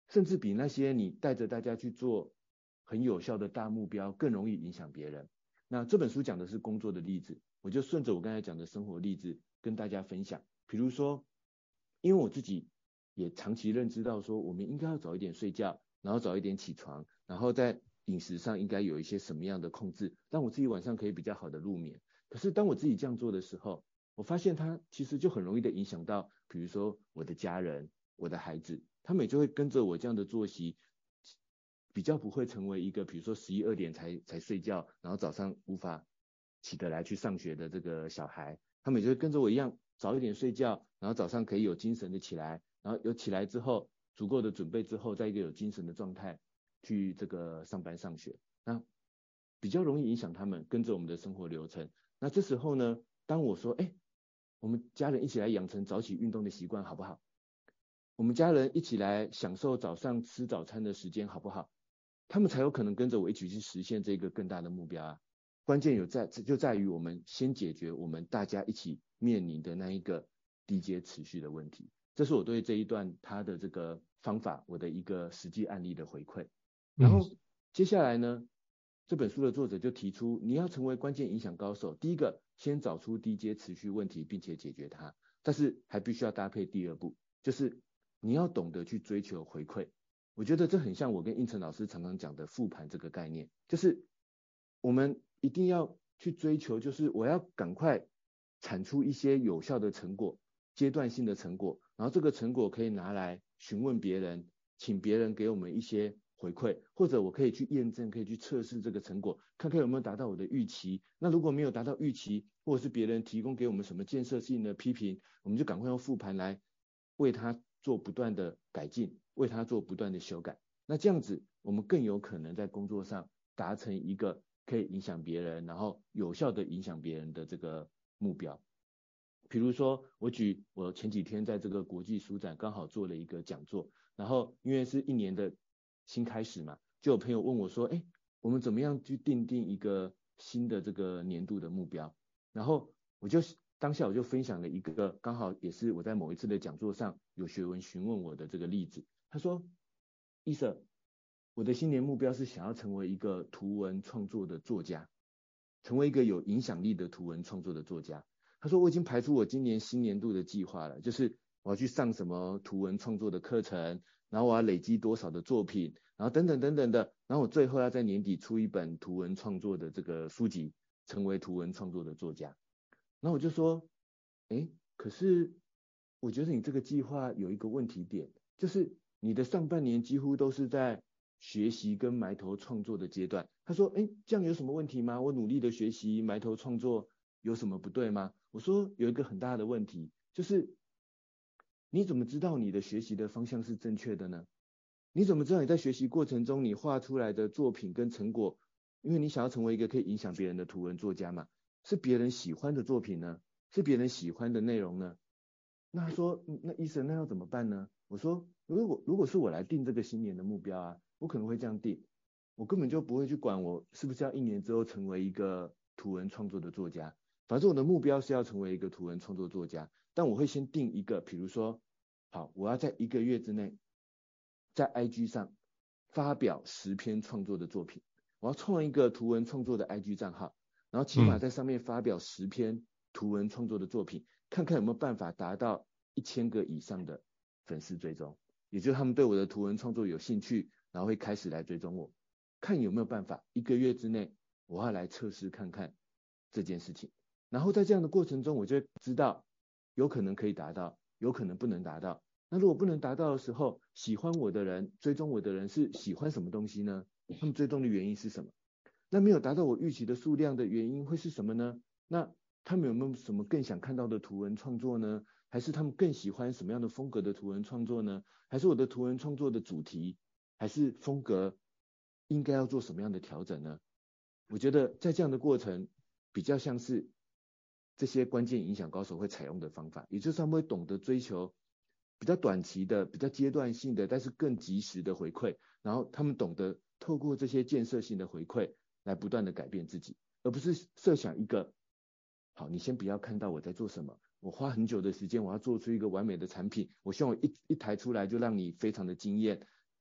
甚至比那些你带着大家去做很有效的大目标更容易影响别人。那这本书讲的是工作的例子，我就顺着我刚才讲的生活例子跟大家分享。比如说，因为我自己也长期认知到说，我们应该要早一点睡觉，然后早一点起床，然后在饮食上应该有一些什么样的控制，让我自己晚上可以比较好的入眠。可是当我自己这样做的时候，我发现它其实就很容易的影响到，比如说我的家人、我的孩子，他们也就会跟着我这样的作息，比较不会成为一个比如说11、2点才睡觉，然后早上无法起得来去上学的这个小孩，他们也就会跟着我一样早一点睡觉，然后早上可以有精神的起来，然后有起来之后足够的准备之后，在一个有精神的状态去这个上班上学，那比较容易影响他们跟着我们的生活流程。那这时候呢，当我说我们家人一起来养成早起运动的习惯好不好？我们家人一起来享受早上吃早餐的时间好不好？他们才有可能跟着我一起去实现这个更大的目标啊。关键就在于我们先解决我们大家一起面临的那一个低阶持续的问题。这是我对这一段他的这个方法我的一个实际案例的回馈。然后接下来呢，这本书的作者就提出，你要成为关键影响高手，第一个先找出低阶持续问题并且解决它，但是还必须要搭配第二步，就是你要懂得去追求回馈。我觉得这很像我跟应成老师常常讲的复盘这个概念，就是我们一定要去追求，就是我要赶快产出一些有效的成果，阶段性的成果，然后这个成果可以拿来询问别人，请别人给我们一些回馈，或者我可以去验证，可以去测试这个成果，看看有没有达到我的预期。那如果没有达到预期，或者是别人提供给我们什么建设性的批评，我们就赶快用复盘来为它做不断的改进，为它做不断的修改。那这样子我们更有可能在工作上达成一个可以影响别人，然后有效的影响别人的这个目标。比如说我前几天在这个国际书展刚好做了一个讲座，然后因为是一年的新开始嘛，就有朋友问我说，我们怎么样去定一个新的这个年度的目标？然后当下我就分享了一个刚好也是我在某一次的讲座上有学员询问我的这个例子。他说，伊瑟，我的新年目标是想要成为一个图文创作的作家，成为一个有影响力的图文创作的作家。他说我已经排出我今年新年度的计划了，就是我要去上什么图文创作的课程，然后我要累积多少的作品，然后等等等等的，然后我最后要在年底出一本图文创作的这个书籍，成为图文创作的作家。然后我就说，可是我觉得你这个计划有一个问题点，就是你的上半年几乎都是在学习跟埋头创作的阶段。他说，这样有什么问题吗？我努力的学习埋头创作有什么不对吗？我说有一个很大的问题，就是你怎么知道你的学习的方向是正确的呢？你怎么知道你在学习过程中你画出来的作品跟成果，因为你想要成为一个可以影响别人的图文作家嘛，是别人喜欢的作品呢？是别人喜欢的内容呢？那他说，那医生那要怎么办呢？我说，如果是我来定这个新年的目标啊，我可能会这样定，我根本就不会去管我是不是要1年之后成为一个图文创作的作家，反正我的目标是要成为一个图文创作作家，但我会先定一个，比如说，好，我要在1个月之内，在 IG 上发表10篇创作的作品，我要创一个图文创作的 IG 账号，然后起码在上面发表10篇图文创作的作品，看看有没有办法达到1000个以上的粉丝追踪，也就是他们对我的图文创作有兴趣，然后会开始来追踪我，看有没有办法1个月之内我要来测试看看这件事情，然后在这样的过程中我就会知道有可能可以达到，有可能不能达到。那如果不能达到的时候，喜欢我的人追踪我的人是喜欢什么东西呢？他们追踪的原因是什么？那没有达到我预期的数量的原因会是什么呢？那他们有没有什么更想看到的图文创作呢？还是他们更喜欢什么样的风格的图文创作呢？还是我的图文创作的主题还是风格应该要做什么样的调整呢？我觉得在这样的过程比较像是这些关键影响高手会采用的方法，也就是他们会懂得追求比较短期的、比较阶段性的，但是更及时的回馈，然后他们懂得透过这些建设性的回馈来不断的改变自己，而不是设想一个好，你先不要看到我在做什么，我花很久的时间，我要做出一个完美的产品，我希望我一台出来就让你非常的惊艳，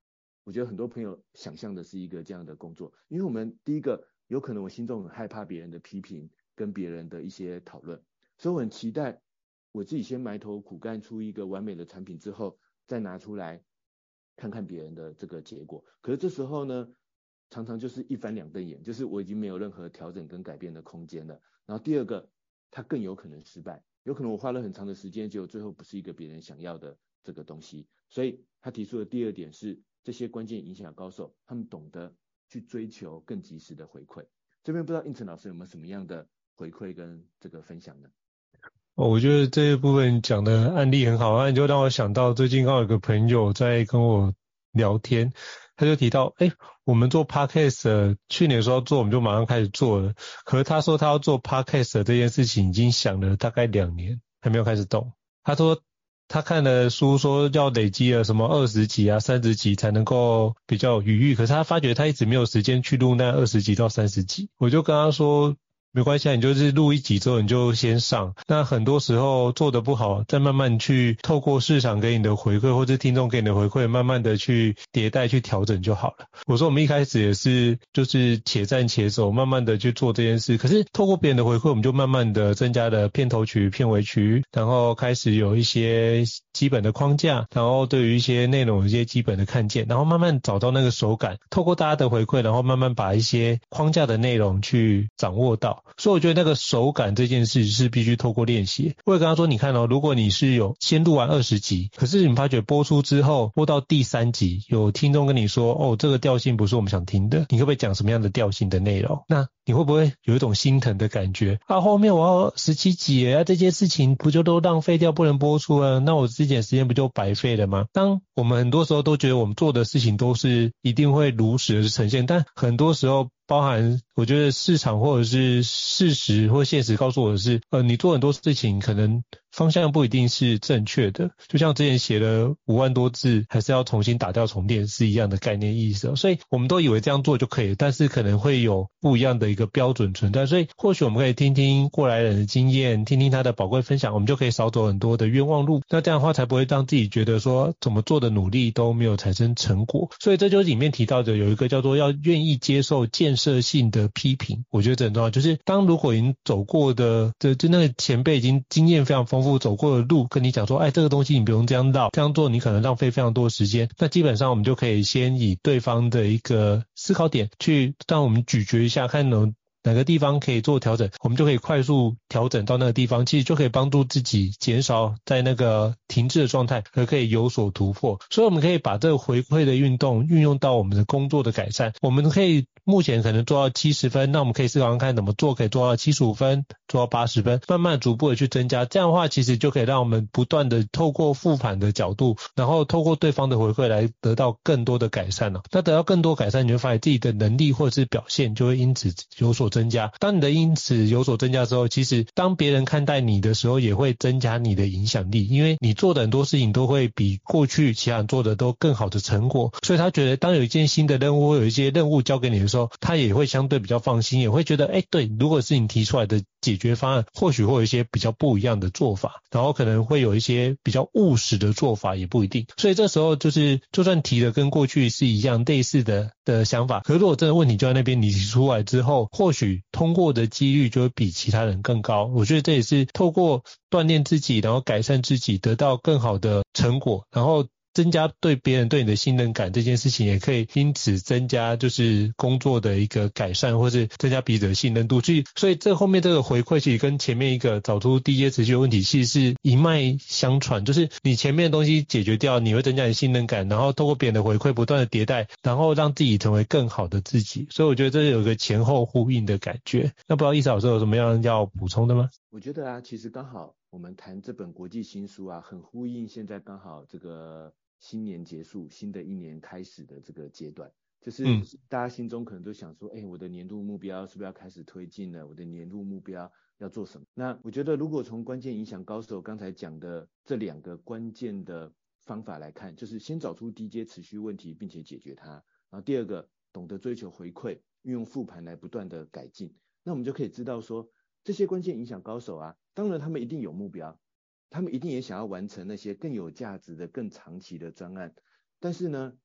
我觉得很多朋友想象的是一个这样的工作，因为我们第一个有可能我心中很害怕别人的批评跟别人的一些讨论，所以我很期待我自己先埋头苦干出一个完美的产品之后，再拿出来看看别人的这个结果。可是这时候呢，常常就是一翻两瞪眼，就是我已经没有任何调整跟改变的空间了。然后第二个，它更有可能失败，有可能我花了很长的时间，结果最后不是一个别人想要的这个东西。所以他提出的第二点是，这些关键影响高手，他们懂得去追求更及时的回馈。这边不知道应成老师有没有什么样的回馈跟这个分享呢？ 我觉得这一部分讲的案例很好，那你就让我想到最近刚好有个朋友在跟我聊天，他就提到，我们做 podcast 去年说要做，我们就马上开始做了。可是他说他要做 podcast 这件事情已经想了大概2年，还没有开始动。他说他看了书说要累积了什么20集啊、30集才能够比较有余裕，可是他发觉他一直没有时间去录那20集到30集。我就跟他说，没关系，你就是录1集之后你就先上，那很多时候做得不好，再慢慢去透过市场给你的回馈或者听众给你的回馈，慢慢的去迭代去调整就好了。我说我们一开始也是就是且战且走，慢慢的去做这件事，可是透过别人的回馈，我们就慢慢的增加了片头曲、片尾曲，然后开始有一些基本的框架，然后对于一些内容有一些基本的看见，然后慢慢找到那个手感，透过大家的回馈，然后慢慢把一些框架的内容去掌握到。所以我觉得那个手感这件事是必须透过练习。我也跟他说，你看如果你是有先录完20集，可是你发觉播出之后，播到第3集，有听众跟你说，这个调性不是我们想听的，你可不可以讲什么样的调性的内容？那你会不会有一种心疼的感觉啊？后面我要17集啊，这些事情不就都浪费掉，不能播出了？那我之前时间不就白费了吗？当我们很多时候都觉得我们做的事情都是一定会如实的呈现，但很多时候包含我觉得市场或者是事实或现实告诉我的是，你做很多事情可能方向不一定是正确的，就像之前写了5万多字还是要重新打掉重练是一样的概念意思。所以我们都以为这样做就可以了，但是可能会有不一样的一个标准存在。所以或许我们可以听听过来人的经验，听听他的宝贵分享，我们就可以少走很多的冤枉路，那这样的话才不会让自己觉得说怎么做的努力都没有产生成果。所以这就是里面提到的有一个叫做要愿意接受建设性的批评，我觉得这很重要。就是当如果已经走过的就那个前辈已经经验非常丰富走过的路跟你讲说，这个东西你不用这样绕，这样做你可能浪费非常多的时间，那基本上我们就可以先以对方的一个思考点去让我们咀嚼一下，看哪个地方可以做调整，我们就可以快速调整到那个地方，其实就可以帮助自己减少在那个停滞的状态，而可以有所突破。所以我们可以把这个回馈的运动运用到我们的工作的改善，我们可以目前可能做到70分，那我们可以思考看怎么做可以做到75分，做到80分，慢慢逐步的去增加。这样的话其实就可以让我们不断的透过复盘的角度，然后透过对方的回馈来得到更多的改善。那得到更多改善，你会发现自己的能力或者是表现就会因此有所增加。当你的因此有所增加之后，其实当别人看待你的时候也会增加你的影响力，因为你做的很多事情都会比过去其他人做的都更好的成果，所以他觉得当有一件新的任务或有一些任务交给你的时候，他也会相对比较放心，也会觉得对，如果是你提出来的解决方案，或许会有一些比较不一样的做法，然后可能会有一些比较务实的做法也不一定。所以这时候就是就算提的跟过去是一样类似的想法，可是如果真的问题就在那边，你提出来之后，或许通过的几率就会比其他人更高。我觉得这也是透过锻炼自己，然后改善自己，得到更好的成果，然后增加对别人对你的信任感，这件事情也可以因此增加就是工作的一个改善，或是增加彼此的信任度。所以这后面这个回馈其实跟前面一个找出低阶持续的问题其实是一脉相传，就是你前面的东西解决掉，你会增加你的信任感，然后透过别人的回馈不断的迭代，然后让自己成为更好的自己。所以我觉得这有一个前后呼应的感觉。那不知道易老师有什么样要补充的吗？ 我觉得其实刚好我们谈这本国际新书很呼应现在刚好这个新年结束，新的一年开始的这个阶段，就是大家心中可能都想说，我的年度目标是不是要开始推进了？我的年度目标要做什么？那我觉得如果从关键影响高手刚才讲的这2个关键的方法来看，就是先找出低阶持续问题并且解决它，然后第2个懂得追求回馈，运用复盘来不断的改进。那我们就可以知道说，这些关键影响高手当然他们一定有目标，他们一定也想要完成那些更有价值的更长期的专案，但是呢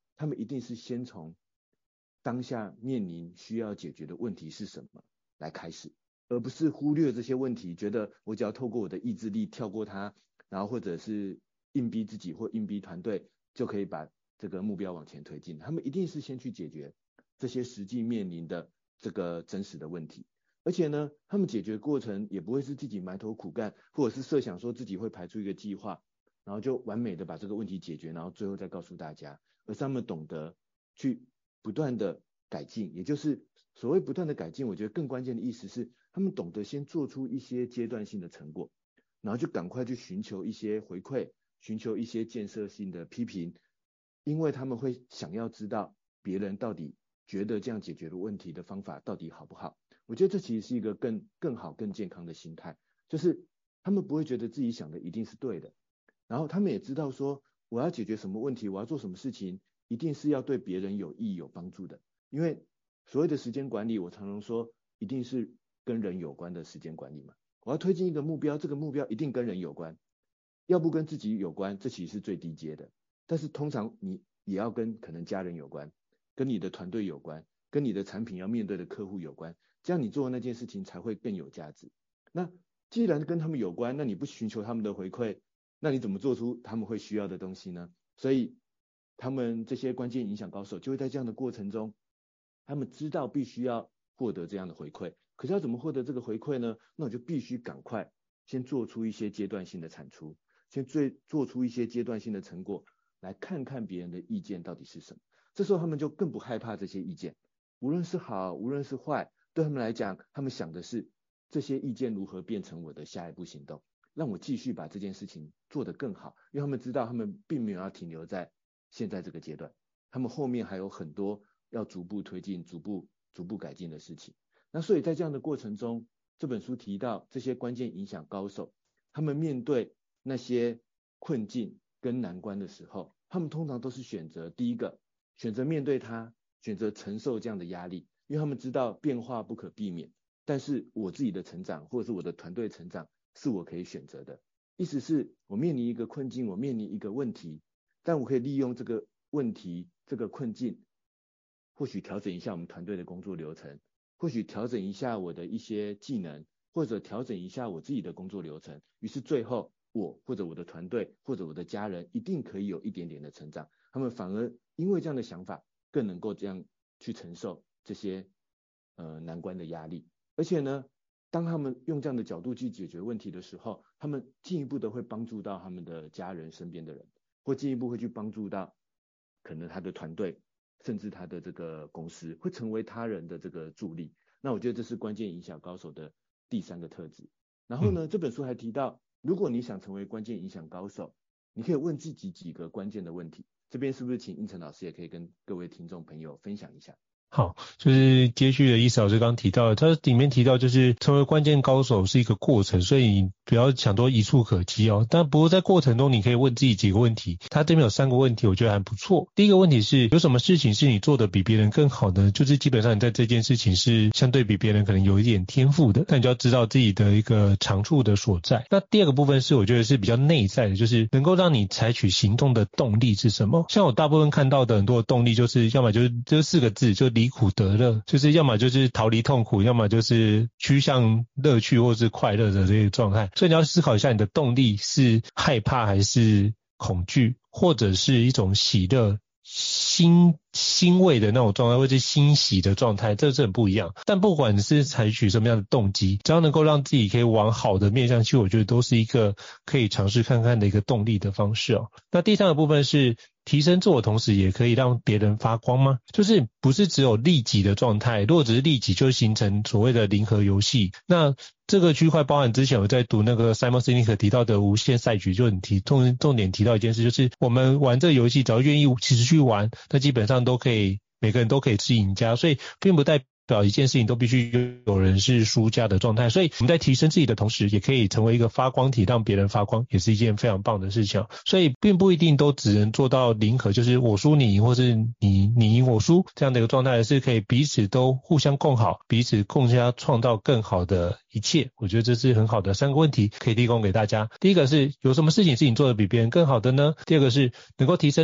他们一定是先从当下面临需要解决的问题是什么来开始，而不是忽略这些问题，觉得我只要透过我的意志力跳过它，然后或者是硬逼自己或硬逼团队就可以把这个目标往前推进。他们一定是先去解决这些实际面临的这个真实的问题，而且呢，他们解决过程也不会是自己埋头苦干，或者是设想说自己会排出一个计划，然后就完美的把这个问题解决，然后最后再告诉大家，而是他们懂得去不断的改进，也就是所谓不断的改进，我觉得更关键的意思是他们懂得先做出一些阶段性的成果，然后就赶快去寻求一些回馈，寻求一些建设性的批评，因为他们会想要知道别人到底觉得这样解决的问题的方法到底好不好。我觉得这其实是一个更好更健康的心态，就是他们不会觉得自己想的一定是对的，然后他们也知道说我要解决什么问题，我要做什么事情一定是要对别人有益有帮助的，因为所谓的时间管理，我常常说一定是跟人有关的时间管理嘛。我要推进一个目标，这个目标一定跟人有关，要不跟自己有关，这其实是最低阶的，但是通常你也要跟可能家人有关，跟你的团队有关，跟你的产品要面对的客户有关，这样你做的那件事情才会更有价值。那既然跟他们有关，那你不寻求他们的回馈，那你怎么做出他们会需要的东西呢？所以他们这些关键影响高手就会在这样的过程中，他们知道必须要获得这样的回馈，可是要怎么获得这个回馈呢？那我就必须赶快先做出一些阶段性的产出，先做出一些阶段性的成果，来看看别人的意见到底是什么。这时候他们就更不害怕这些意见，无论是好无论是坏，对他们来讲，他们想的是这些意见如何变成我的下一步行动，让我继续把这件事情做得更好，因为他们知道他们并没有要停留在现在这个阶段，他们后面还有很多要逐步推进、逐步改进的事情。那所以在这样的过程中，这本书提到这些关键影响高手，他们面对那些困境跟难关的时候，他们通常都是第一个选择面对它，选择承受这样的压力，因为他们知道变化不可避免，但是我自己的成长或者是我的团队成长是我可以选择的。意思是我面临一个困境，我面临一个问题，但我可以利用这个问题这个困境，或许调整一下我们团队的工作流程，或许调整一下我的一些技能，或者调整一下我自己的工作流程，于是最后我或者我的团队或者我的家人一定可以有一点点的成长，他们反而因为这样的想法更能够这样去承受这些难关的压力。而且呢，当他们用这样的角度去解决问题的时候，他们进一步的会帮助到他们的家人身边的人，或进一步会去帮助到可能他的团队，甚至他的这个公司，会成为他人的这个助力。那我觉得这是关键影响高手的第三个特质。然后呢，这本书还提到，如果你想成为关键影响高手，你可以问自己几个关键的问题。这边是不是请应成老师也可以跟各位听众朋友分享一下？ 好，就是接续的意思，老师刚提到，它里面提到就是成为关键高手是一个过程，所以你不要想多一触可及哦。但不过在过程中，你可以问自己几个问题。它这边有3个问题，我觉得还不错。第一个问题是，有什么事情是你做的比别人更好的？就是基本上你在这件事情是相对比别人可能有一点天赋的，那你就要知道自己的一个长处的所在。那第二个部分是我觉得是比较内在的，就是能够让你采取行动的动力是什么？像我大部分看到的很多的动力，就是要么就是这4个字，就离苦得乐，就是要么就是逃离痛苦，要么就是趋向乐趣或是快乐的这个状态。所以你要思考一下，你的动力是害怕还是恐惧，或者是一种喜乐欣慰的那种状态，或是欣喜的状态，这是很不一样。但不管是采取什么样的动机，只要能够让自己可以往好的面向去，我觉得都是一个可以尝试看看的一个动力的方式哦。那第3个部分是提升自我，同时也可以让别人发光吗？就是不是只有利己的状态，如果只是利己，就形成所谓的零和游戏。那这个区块包含之前我在读那个 Simon Sinek 提到的无限赛局，就很重点提到一件事，就是我们玩这个游戏，只要愿意持续玩，那基本上都可以，每个人都可以是赢家，所以并不代表一件事情都必须有人是输家的状态。所以我们在提升自己的同时，也可以成为一个发光体，让别人发光，也是一件非常棒的事情。所以并不一定都只能做到零和，就是我输你赢，或是你赢我输这样的一个状态，是可以彼此都互相共好，彼此共同创造更好的一切。我觉得这是很好的3个问题可以提供给大家。第一个是有什么事情是你做的比别人更好的呢？第二个是能够提升你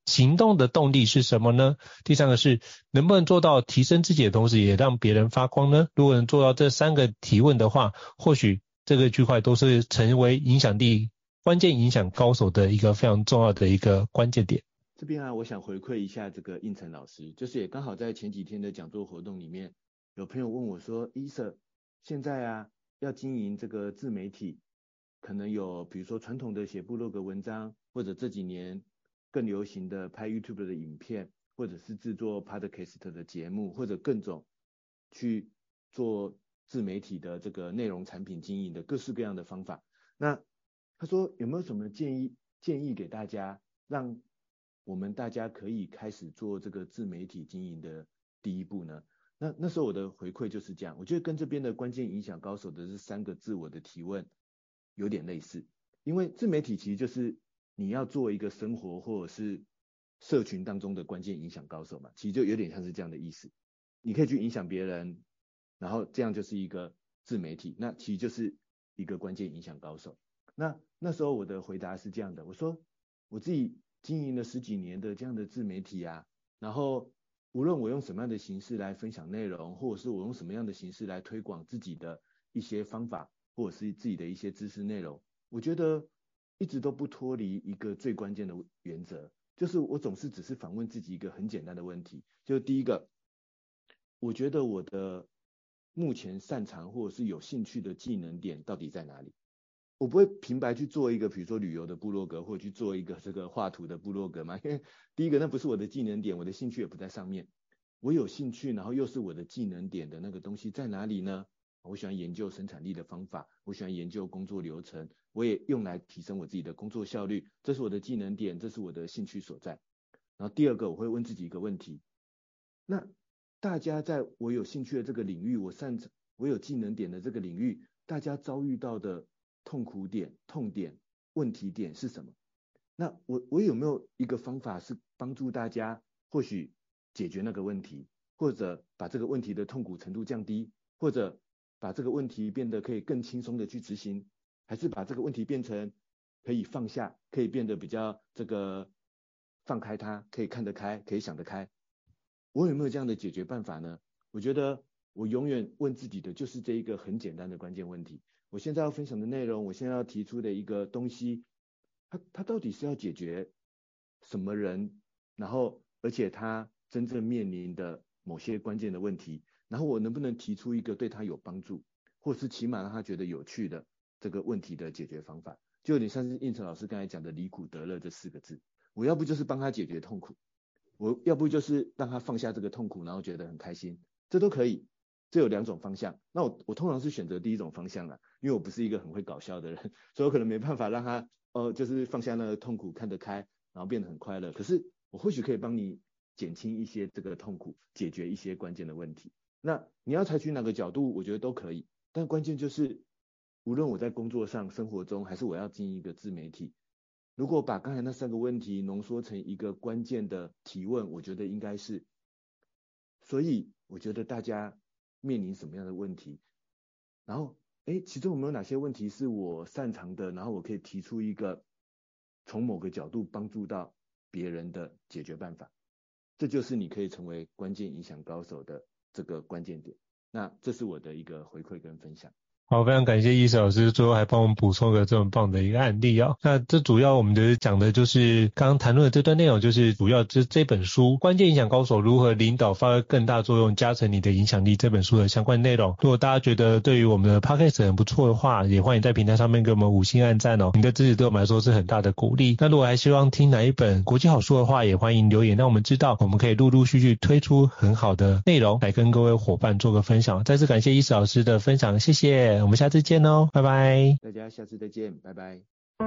行动的动力是什么呢？第三个是能不能做到提升自己的同时也让别人发光呢？如果能做到这3个提问的话，或许这个区块都是成为影响力关键影响高手的一个非常重要的一个关键点。 这边啊，我想回馈一下这个应成老师，就是也刚好在前几天的讲座活动里面，有朋友问我说，伊瑟，现在啊要经营这个自媒体，可能有比如说传统的写部落格文章，或者这几年更流行的拍 YouTube 的影片，或者是制作 Podcast 的节目，或者各种去做自媒体的这个内容产品经营的各式各样的方法。那他说有没有什么建议给大家，让我们大家可以开始做这个自媒体经营的第一步呢？那时候我的回馈就是这样，我觉得跟这边的关键影响高手的这3个自我的提问有点类似，因为自媒体其实就是你要做一个生活或者是社群当中的关键影响高手嘛，其实就有点像是这样的意思。你可以去影响别人，然后这样就是一个自媒体，那其实就是一个关键影响高手。那时候我的回答是这样的，我说我自己经营了10几年的这样的自媒体啊，然后无论我用什么样的形式来分享内容，或者是我用什么样的形式来推广自己的一些方法，或者是自己的一些知识内容，我觉得一直都不脱离一个最关键的原则，就是我总是只是反问自己一个很简单的问题，就第一个，我觉得我的目前擅长或者是有兴趣的技能点到底在哪里？我不会平白去做一个比如说旅游的部落格，或者去做一个这个画图的部落格嘛，因为第一个那不是我的技能点，我的兴趣也不在上面。我有兴趣然后又是我的技能点的那个东西在哪里呢？我喜欢研究生产力的方法，我喜欢研究工作流程，我也用来提升我自己的工作效率，这是我的技能点，这是我的兴趣所在。然后第二个我会问自己一个问题，那大家在我有兴趣的这个领域，我有技能点的这个领域，大家遭遇到的痛苦点、痛点、问题点是什么？那我有没有一个方法是帮助大家或许解决那个问题，或者把这个问题的痛苦程度降低，或者把这个问题变得可以更轻松的去执行，还是把这个问题变成可以放下，可以变得比较这个放开它，可以看得开，可以想得开？我有没有这样的解决办法呢？我觉得我永远问自己的就是这一个很简单的关键问题。我现在要分享的内容，我现在要提出的一个东西，它到底是要解决什么人，然后而且他真正面临的某些关键的问题，然后我能不能提出一个对他有帮助，或是起码让他觉得有趣的这个问题的解决方法，就有点像是应成老师刚才讲的离苦得乐这4个字。我要不就是帮他解决痛苦，我要不就是让他放下这个痛苦，然后觉得很开心，这都可以。这有2种方向，那我通常是选择第一种方向啦，因为我不是一个很会搞笑的人，所以我可能没办法让他就是放下那个痛苦，看得开，然后变得很快乐。可是我或许可以帮你减轻一些这个痛苦，解决一些关键的问题。那你要采取哪个角度，我觉得都可以，但关键就是无论我在工作上、生活中，还是我要经营一个自媒体，如果把刚才那3个问题浓缩成一个关键的提问，我觉得应该是，所以我觉得大家面临什么样的问题，然后其中有没有哪些问题是我擅长的，然后我可以提出一个从某个角度帮助到别人的解决办法，这就是你可以成为关键影响高手的这个关键点。那这是我的一个回馈跟分享。 好，非常感谢伊瑟老师最后还帮我们补充个这么棒的一个案例啊。那这主要我们的讲的就是刚刚谈论的这段内容，就是主要这本书《关键影响高手：如何领导发挥更大作用，加成你的影响力》这本书的相关内容。如果大家觉得对于我们的 Podcast 很不错的话，也欢迎在平台上面给我们5星按赞哦。你的支持对我们来说是很大的鼓励。那如果还希望听哪一本国际好书的话，也欢迎留言让我们知道，我们可以陆陆续续推出很好的内容来跟各位伙伴做个分享。再次感谢伊瑟老师的分享，谢谢。我们下次见哦，拜拜。 大家下次再见，拜拜。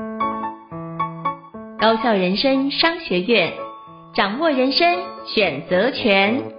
高效人生商学院，掌握人生选择权。